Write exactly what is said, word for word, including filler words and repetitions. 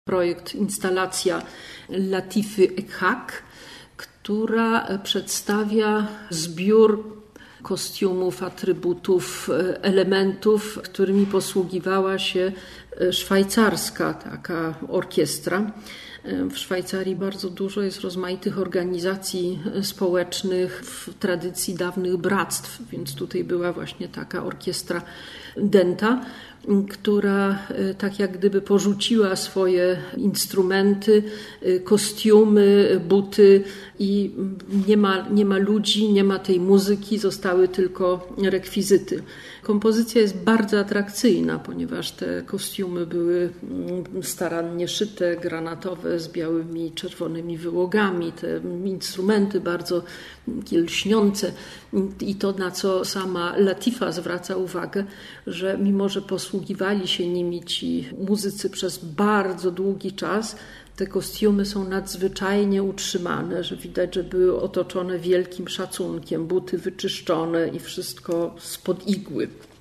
projekt, instalacja Latify Ekhak, która przedstawia zbiór kostiumów, atrybutów, elementów, którymi posługiwała się szwajcarska taka orkiestra. W Szwajcarii bardzo dużo jest rozmaitych organizacji społecznych w tradycji dawnych bractw, więc tutaj była właśnie taka orkiestra Denta, która tak jak gdyby porzuciła swoje instrumenty, kostiumy, buty i nie ma, nie ma ludzi, nie ma tej muzyki, zostały tylko rekwizyty. Kompozycja jest bardzo atrakcyjna, ponieważ te kostiumy były starannie szyte, granatowe, z białymi i czerwonymi wyłogami, te instrumenty bardzo lśniące i to, na co sama Latifa zwraca uwagę, że mimo, że posługiwali się nimi ci muzycy przez bardzo długi czas, te kostiumy są nadzwyczajnie utrzymane, że widać, że były otoczone wielkim szacunkiem, buty wyczyszczone i wszystko spod igły.